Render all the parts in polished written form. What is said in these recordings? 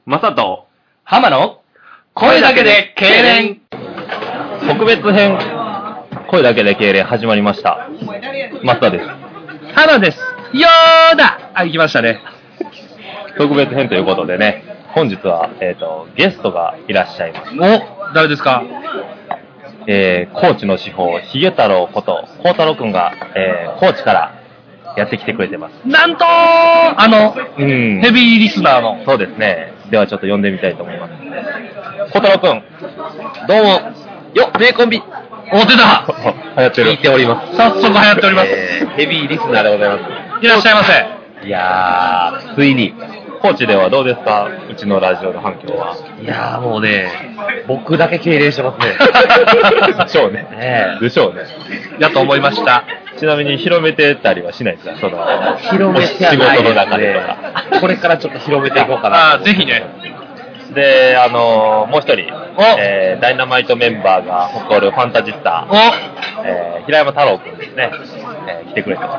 マサと浜の声だけで痙攣特別編声だけで痙攣始まりました。マサです。 浜です。よーだ。あ、行きましたね。 特別編ということでね、本日は、ゲストがいらっしゃいます。 お、誰ですか？ 高知の司法ひげ太郎こと孝太郎くんが、高知からやってきてくれてます。 なんとヘビーリスナーの。 そうですね。ではちょっと呼んでみたいと思います。孝太郎くん、どうも。よっ、名コンビ。 お、出た。 流行ってる。 聞いております。 早速流行っております。 ヘビーリスナーでございます。 いらっしゃいませ。 いやー、ついに。 高知ではどうですか？うちのラジオの反響は。 いやーもうね、僕だけ痙攣してますね。 でしょうね。でしょうね。 やと思いました。 ちなみに広めてたりはしないですか？その広めてはない仕事の中でとか。 これからちょっと広めていこうかな。 あ、ぜひね。 で、もう一人、ダイナマイトメンバーが誇るファンタジスタ、平山太郎くんですね、来てくれてます。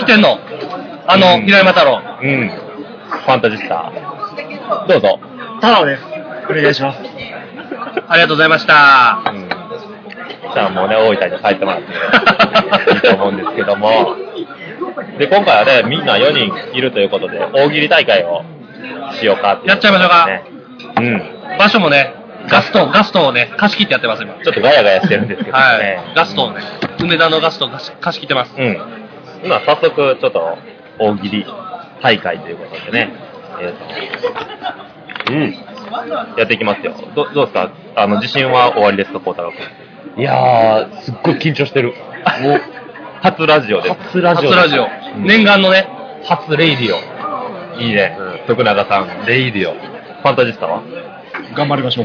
来てんの？平山太郎。 ファンタジスタ。どうぞ。 太郎です。お願いします。 ありがとうございました。 じゃあもうね、大分に帰ってもらっていいと思うんですけども。で、今回はね、みんな4人いるということで、大喜利大会をしようかっていう、ね。 やっちゃいましょうか。場所もね、ガストをね、貸し切ってやってます、今。 ちょっとガヤガヤしてるんですけどね。 はい。ガストをね、梅田のガストを貸し切ってます。 今、早速、ちょっと、大喜利大会ということでね、やっていきますよ。どうですか？自信は終わりですか、孝太郎君？ いやー、すっごい緊張してる。 初ラジオです。 初ラジオ。 念願のね、 初レイディオ。 いいね。徳永さん、レイディオ。ファンタジスタは？ 頑張りましょう。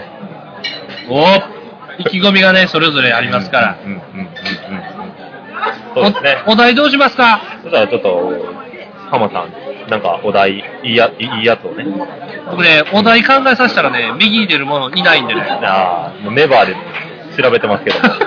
意気込みがね、それぞれありますから。 そうですね。 お題どうしますか？ そしたらちょっと、浜さん、なんかお題、いいやつをね。 僕ね、お題考えさせたらね、右に出るものいないんでね。 もうネバーで調べてますけども。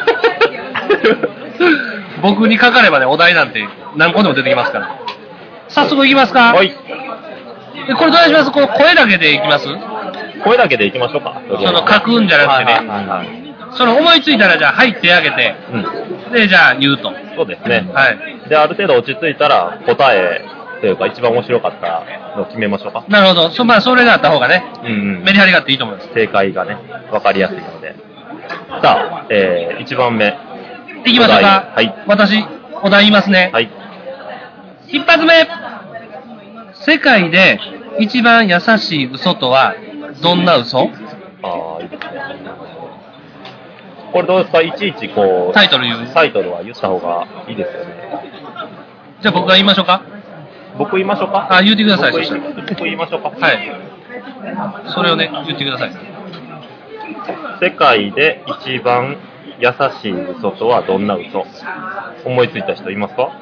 僕にかかればね、お題なんて何個でも出てきますから。早速いきますか？ はい。 これどうします？この声だけでいきます？ 声だけでいきましょうか。 その書くんじゃなくてね。その思いついたらじゃあ入ってあげて、でじゃあ言うと。 そうですね。 はい。 である程度落ち着いたら答えというか一番面白かったのを決めましょうか。 なるほど。まあそれがあった方がね、メリハリがあっていいと思います。 正解がね分かりやすいので。さあ、1番目いきましょうか。はい。私お題言いますね。 はい。 一発目。世界で一番優しい嘘とはどんな嘘？ いいですね。これどうですか？いちいちこうタイトルは言った方がいいですよね。 じゃあ僕が言いましょうか？ 僕言いましょうか？ 言ってください。 僕言いましょうか？ はい。それをね、言ってください。 世界で一番優しい嘘とはどんな嘘？思いついた人いますか？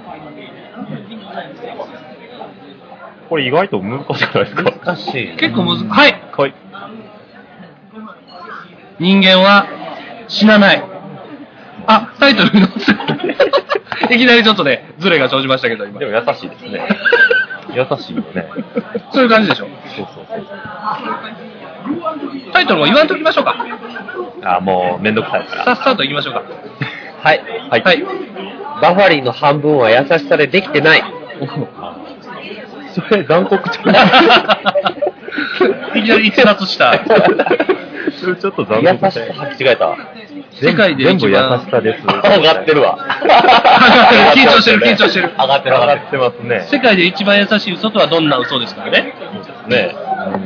これ意外と難しくないですか？ 難しい。 結構はい。 はい。 人間は死なない。タイトルのいきなりちょっとね、ズレが生じましたけど、今。 でも優しいですね。優しいよね。 そういう感じでしょ。 そう。 タイトルも言わんときましょうか。 もうめんどくさいから。 さっさと言いましょうか。 はい。バファリンの半分は優しさでできてない。 それ残酷じゃない？ いきなり逸脱した。 それちょっと残酷。優しさ履き違えたわ。 世界で全部優しさです。 上がってるわ。 緊張してる。 上がってますね。 世界で一番優しい嘘とはどんな嘘ですかね？ そうですね。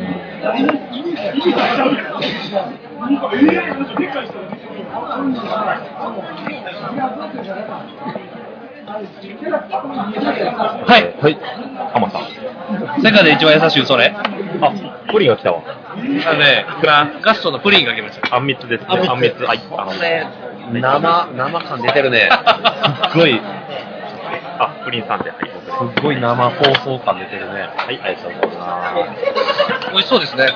はい。浜さん。 世界で一番優しい嘘ね。 プリンが来たわ。 今ガストのプリンが来ました。 あんみつですね。あんみつ。 生感出てるね。すっごい。 プリンさんで、はい。 すっごい生放送感出てるね。 はい、ありがとうございます。 美味しそうですね。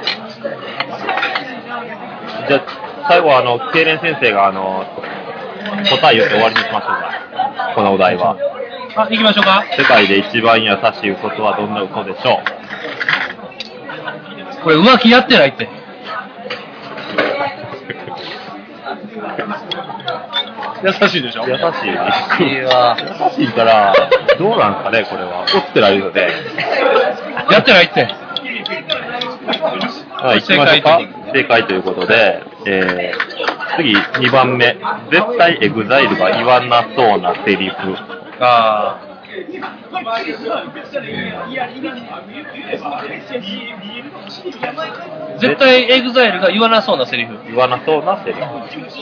じゃあ最後痙攣先生が答え言って終わりにしましょうか。このお題は。 行きましょうか。 世界で一番優しい嘘とはどんな嘘でしょう？ これ浮気やってないって。優しいでしょ。 優しい。 いいわ。 優しいから、どうなんすかね、これは。折ってないので。 やってないって。 はい、行きましょうか。正解ということで、次、2番目。絶対エグザイルが言わなそうなセリフ。 ああ。絶対エグザイルが言わなそうなセリフ。 言わなそうなセリフ。フ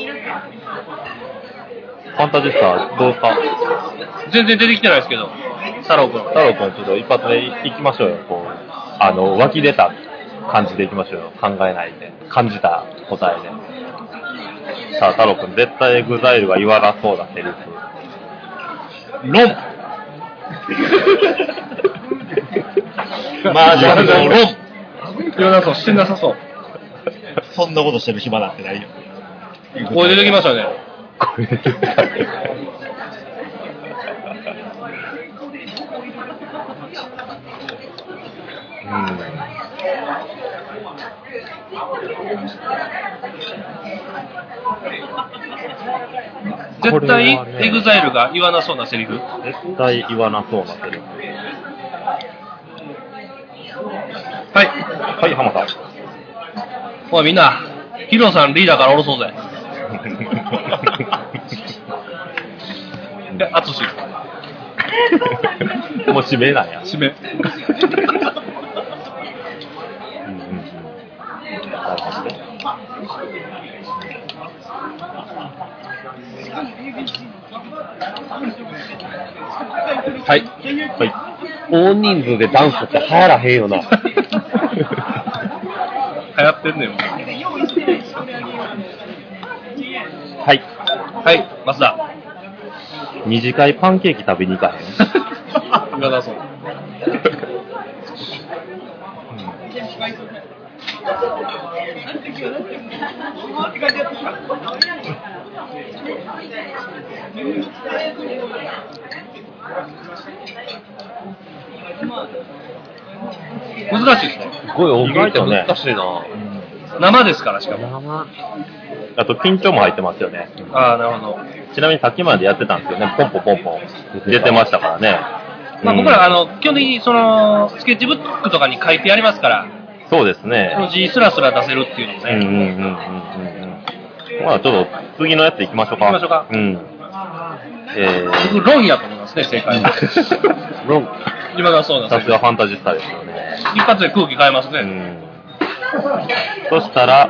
ァンタジスタどうですか？ 全然出てきてないですけど。太郎くん。 太郎くん、ちょっと一発目いきましょうよ。こう、湧き出た感じでいきましょうよ。考えないで。感じた答えで。さあ、太郎くん、絶対エグザイルが言わなそうなセリフ。 ロンマージャンのロン言わなそう、してなさそう。 そんなことしてる暇なんてないよ。 これ出てきましたね。 これ出てきた。 絶対エグザイルが言わなそうなセリフ。 絶対言わなそうなセリフ。 はい。 はい、浜さん。 おいみんな、ヒロさんリーダーから降ろそうぜ。で、アツシ。 もう指名なんや。 指名。 なるほどね。 はい。 はい。 大人数でダンスって流行らへんよな。 流行ってんねん。 はい。 はい、増田。 二次会パンケーキ食べに行かへん？ 言わなそう。難しいですね。 すごい大喜利って難しいな。 生ですから、しかも。 あと緊張も入ってますよね。 ああ、なるほど。 ちなみにさっきまでやってたんですよね。ポンポポンポン出てましたからね。 まあ、僕ら基本的にそのスケッチブックとかに書いてありますから。 そうですね。 その字スラスラ出せるっていうのもね。 まあちょっと次のやつ行きましょうか。 行きましょうか。僕論やと思いますね、正解は。 論。 今がそうなんです。 さすがファンタジスタですよね。 一発で空気変えますね。 そしたら、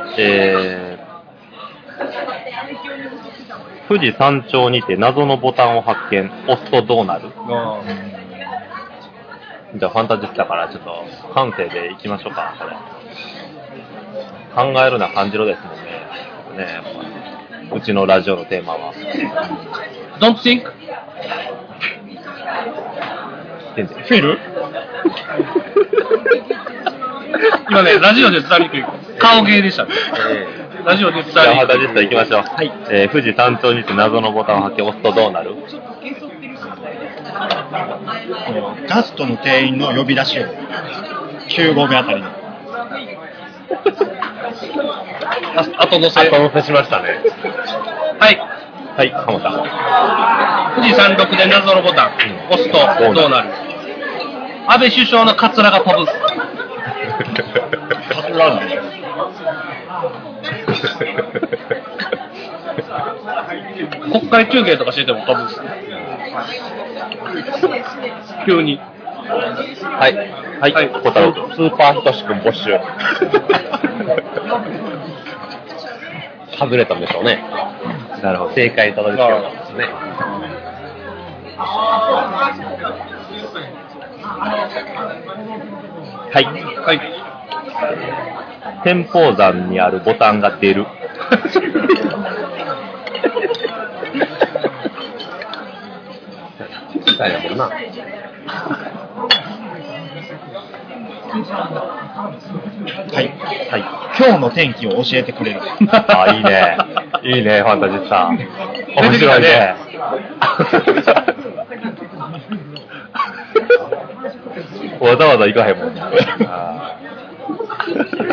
富士山頂にて謎のボタンを発見。押すとどうなる？じゃあファンタジスタからちょっと感性でいきましょうか。これ考えるな感じろですもんね。やっぱうちのラジオのテーマは。 Don't think. フィル？ 今ね、ラジオで伝わりにくい顔芸でしたね。ラジオで伝わりにくい。 じゃあファンタジスタ行きましょう。はい。富士山頂にて謎のボタンを発見。押すとどうなる？ ガストの店員の呼び出しを9合目あたりに後乗せしましたね。 はいはい浜さん。 富士山麓で謎のボタン、押すとどうなる？安倍首相のカツラが飛ぶ。 カツラね。 国会中継とかしてても飛ぶ。急に。 はい。はい。はい。小太郎君。 スーパーひとしくん募集。外れたんでしょうね。 なるほど。 正解にたどり着けなかったですね。 はい。 はい。 天保山にあるボタンが出る。 だよな。 はい。はい。今日の天気を教えてくれる。 あ、いいね。いいね、ファンタジスタ。面白いね。わざわざ行かへんもんね。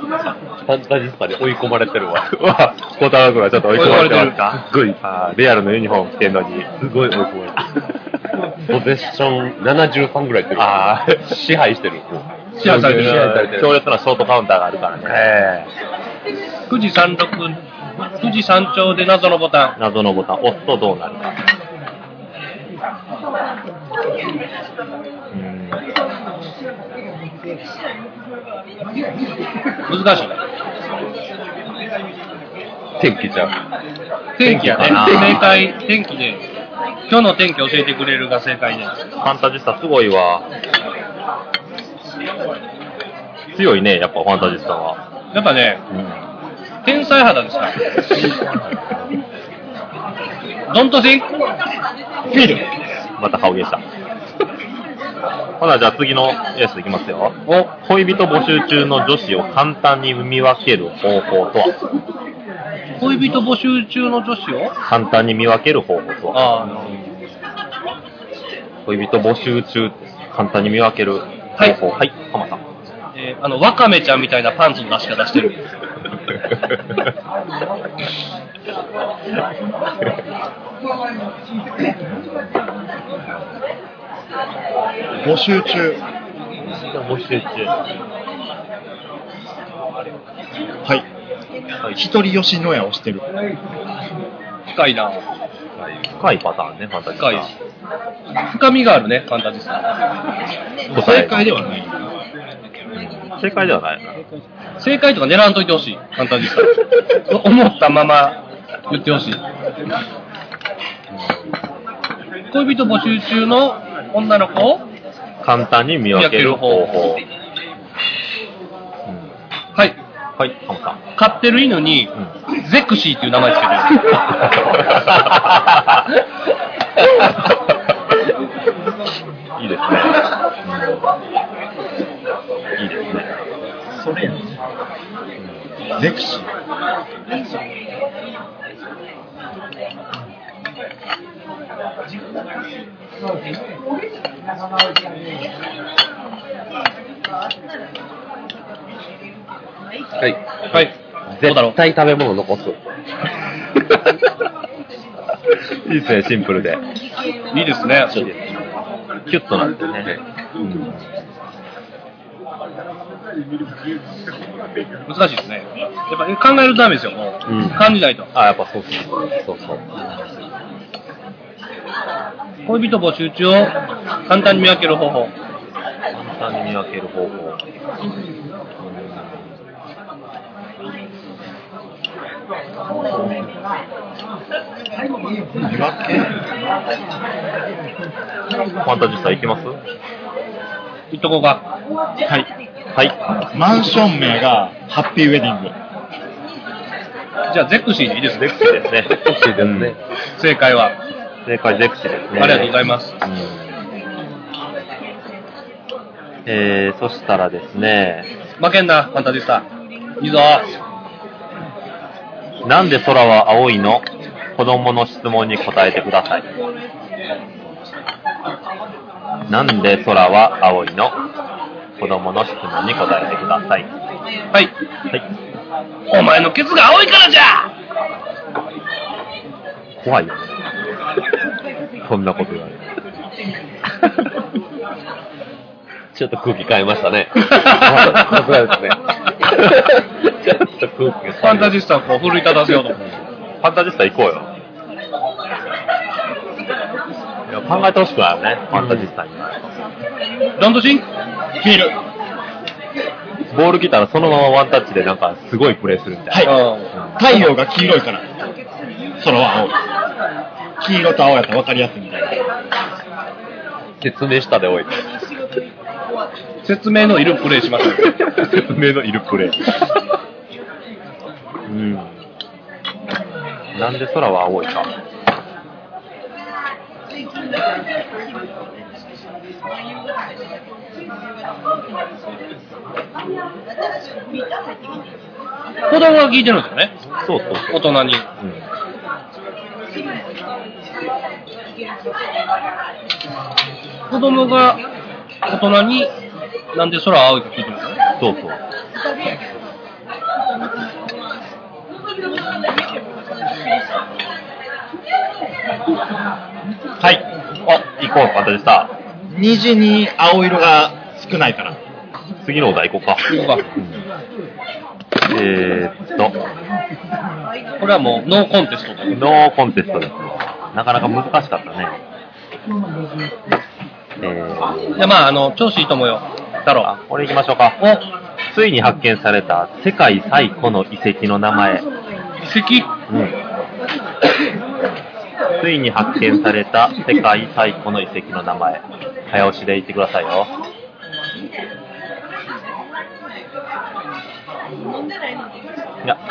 ファンタジスタに追い込まれてるわ。うわ、孝太郎君はちょっと追い込まれてますか？すごい、レアルのユニフォーム着てるのに、すごい追い込まれてる。ポゼッション73ぐらいってる。支配してる。 支配されてる。 強烈なショートカウンターがあるからね。 9時36、9時山頂で謎のボタン。 謎のボタン、押すとどうなるか。 難しい。 天気じゃん。 天気やね。正解、天気で。今日の天気教えてくれるが正解で。 ファンタジスタすごいわ。強いね、やっぱファンタジスタは。 やっぱね、天才肌ですから。Don't think? Feel. また顔芸した。ほな、じゃあ次のやついきますよ。恋人募集中の女子を簡単に見分ける方法とは？ 恋人募集中の女子を簡単に見分ける方法とは？恋人募集中、簡単に見分ける方法。はい、浜さん。 ワカメちゃんみたいなパンツの出し方してる。 募集中。 募集中。 はい。一人よしのやをしてる。 深いな。 深いパターンね、ファンタジスタ。 深みがあるね、ファンタジスタ。 正解ではない。 正解ではないな。 正解とか狙わんといてほしい、ファンタジスタ。思ったまま言ってほしい。恋人募集中の女の子を簡単に見分ける方法。 はい。 はい、浜さん。 飼ってる犬に、ゼクシーっていう名前つけてる。 いいですね。いいですね。 それやね。ゼクシー。 はい。 はい。 絶対食べ物残す。 いいですね、シンプルで。 いいですね。 キュッとなってね。 難しいですね。やっぱり考えるとダメですよ、もう。感じないと。 やっぱそうそう。 恋人募集中を簡単に見分ける方法。 簡単に見分ける方法。 見分け？ ファンタジスタ行きます？ 行っとこうか。 はい。 はい。 マンション名がハッピーウェディング。 じゃあゼクシーでいいですね。 ゼクシーですね。 ゼクシーですね。 正解は。 正解ゼクシーですね。 ありがとうございます。 そしたらですね。 負けんな、ファンタジスタ。いいぞ。 なんで空は青いの？子供の質問に答えてください。なんで空は青いの？子供の質問に答えてください。 はい。お前のケツが青いからじゃ！ 怖いよね。そんなこと言われる。 ちょっと空気変えましたね。さすがですね。ちょっと空気が。 ファンタジスタをこう奮い立たせようと。 ファンタジスタ行こうよ。いや考えてほしくないよね、ファンタジスタに。 ランドシン？フィール。 ボール来たらそのままワンタッチでなんかすごいプレーするみたいな。 はい。太陽が黄色いから。空は青。黄色と青やったら分かりやすいみたいな。 説明したでおいて。 説明のいるプレーします。 説明のいるプレー。なんで空は青いか。 子供が聞いてるんですよね。 そうそう。 大人に。子供が大人になんで空は青いか聞いてるんですよね。 そうそう。 はい。 行こう、またでした。 虹に青色が少ないから。 次のお題行こうか。 行こうか。これはもうノーコンテストという。 ノーコンテストです。なかなか難しかったね。 いや、まあ、調子いいと思うよ。だろう。 これ行きましょうか。ついに発見された世界最古の遺跡の名前。 遺跡ついに発見された世界最古の遺跡の名前。早押しで言ってくださいよ。いや、はい。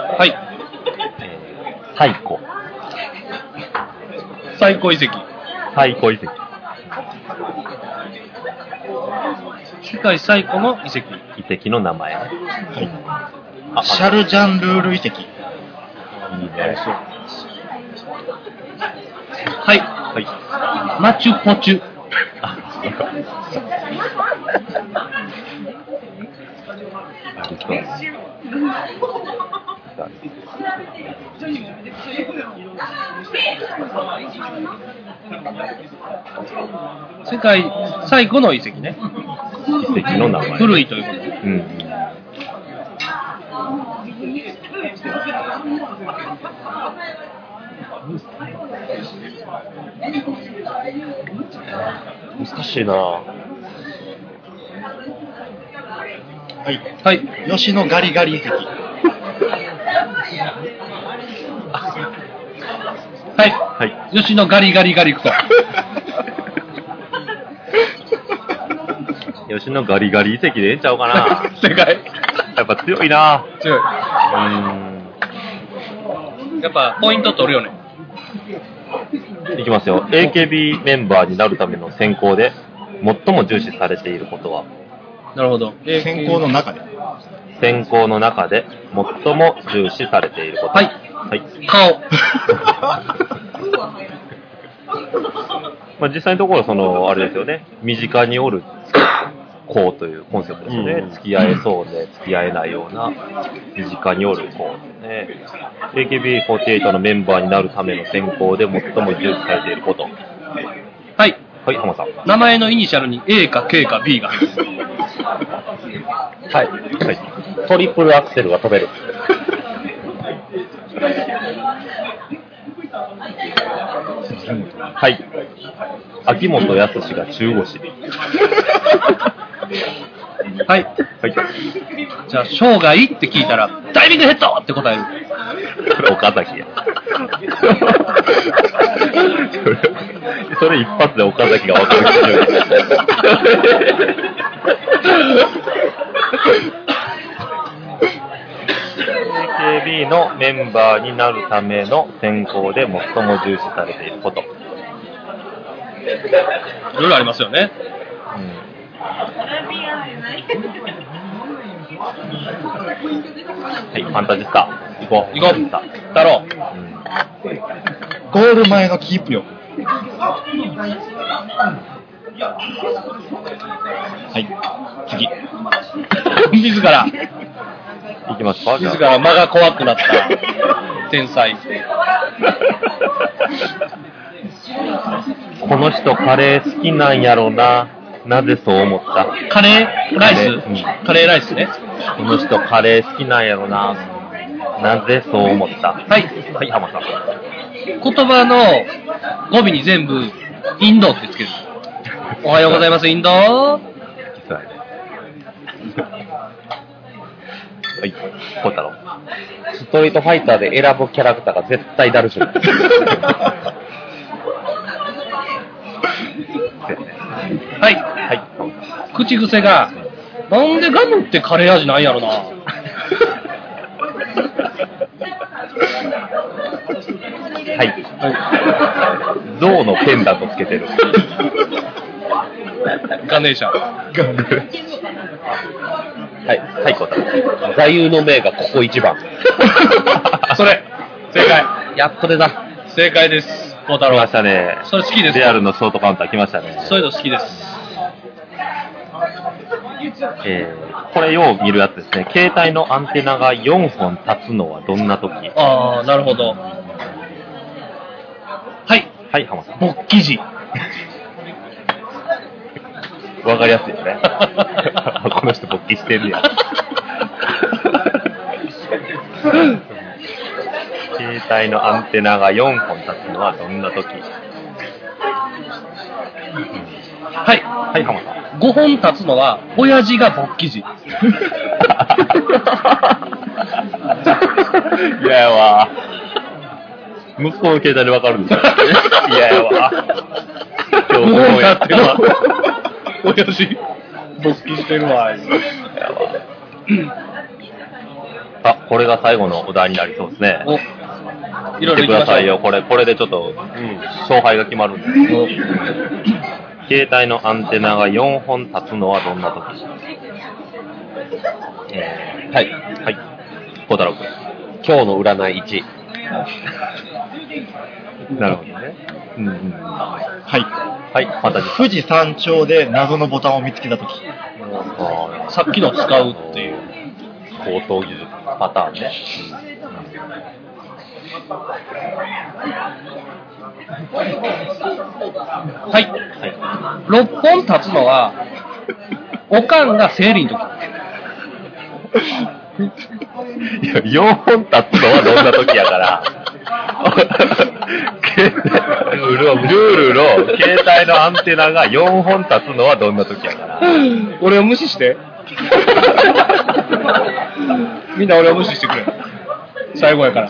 最古。 最古遺跡。 最古遺跡。 世界最古の遺跡。 遺跡の名前。はい。 シャルジャンルール遺跡。 いいね。 はい。 はい。 マチュポチュ。世界最古の遺跡ね。 遺跡の名前。 古いということで。 うん。 難しいな。 はい。 はい。 吉野ガリガリ遺跡。 はい。 はい。 吉野ガリガリガリクソ。 吉野ガリガリ遺跡でええんちゃうかな。 正解。 やっぱ強いな。 強い。やっぱポイント取るよね。 いきますよ。AKB メンバーになるための選考で最も重視されていることは。 なるほど。 選考の中で。 選考の中で最も重視されていること。 はい。 はい。 顔。 まあ実際のところあれですよね。身近におる子というコンセプトですね。付き合えそうで付き合えないような身近におる子ですね。AKB48 のメンバーになるための選考で最も重視されていること。 はい。 はい、浜さん。 名前のイニシャルに A か K か B が入る。 はい。はい。トリプルアクセルが飛べる。 はい。秋元康が中腰。 はい。 はい。 じゃあ、生涯って聞いたら、ダイビングヘッドって答える。 岡崎や。それ一発で岡崎が分かる必要AKB のメンバーになるための選考で最も重視されていること。 いろいろありますよね。 はい、ファンタジスタ。行こう。 行こう。だろう。 ゴール前のキープ力。はい。次。 自ら。 行きますか。 自ら間が怖くなった天才。 この人カレー好きなんやろな。なぜそう思った？ カレーライス、カレーライスね。 この人カレー好きなんやろな。なぜそう思った？ はい。 はい、浜さん。 言葉の語尾に全部、インドってつける。おはようございます、インド。 はい、コウタロウ。 ストリートファイターで選ぶキャラクターが絶対ダルシム。 はい。 はい。 口癖が、なんでガムってカレー味なんやろな。 はい。象のペンダントつけてる。 ガネーシャ。 はい、はい、コウタロウ。座右の銘がここ一番。 それ、正解。 やっと出た。 正解です。孝太郎来まし。たね。 それ好きです。 レアルのショートカウンター来ましたね。 そういうの好きです。 これよう見るやつですね。携帯のアンテナが4本立つのはどんな時？ ああ、なるほど。はい。 はい、浜さん。 勃起時。 わかりやすいよね。この人勃起してるやん。携帯のアンテナが4本立つのはどんな時？ はい。 はい、浜さん。 5本立つのは、親父が勃起時。 いややわ。息子の携帯でわかるんですよ。いややわ。 5本立ってるわ。親父、勃起してるわ。 あ、これが最後のお題になりそうですね。 お、いろいろ見てくださいよ。 行きこれでちょっと、勝敗が決まるんで。携帯のアンテナが4本立つのはどんな時？はい。はい。孝太郎君。 今日の占い1。 なるほどね。 はい。 はい、ファンタジー。 富士山頂で謎のボタンを見つけたとき。 さっきの使うっていう。 高等技術パターンね。 はい。6本立つのは、おかんが生理の時。 いや、4本立つのはどんな時やから。ルールの携帯のアンテナが4本立つのはどんな時やから。 俺を無視して。みんな俺を無視してくれ。最後やから。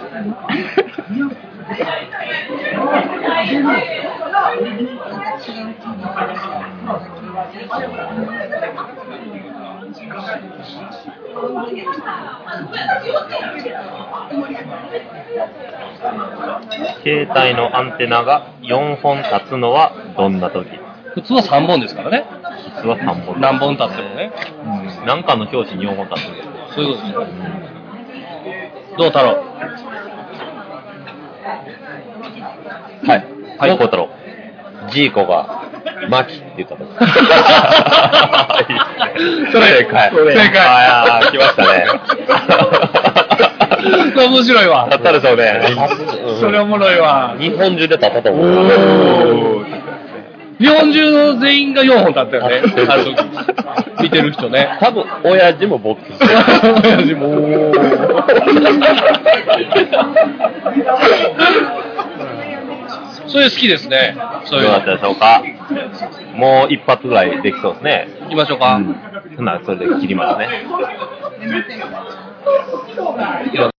携帯のアンテナが4本立つのはどんな時？ 普通は3本ですからね。 普通は3本。 何本立ってもね。 なんかの表紙に4本立つんですよ。 そういうことですね。どう太郎？ はい。 はい、孝太郎。 ジーコが、マキって言ったと。 それ正解。 正解。 ああ、来ましたね。 面白いわ。 当たるでしょうね。 それおもろいわ。 日本中で立ったと思う。 日本中の全員が4本立ったよね。あの時。見てる人ね。 多分、親父も勃起してる。 親父も。それ好きですね。そういうの。 どうだったでしょうか。もう一発ぐらいできそうですね。 行きましょうか。 そんならそれで切りますね。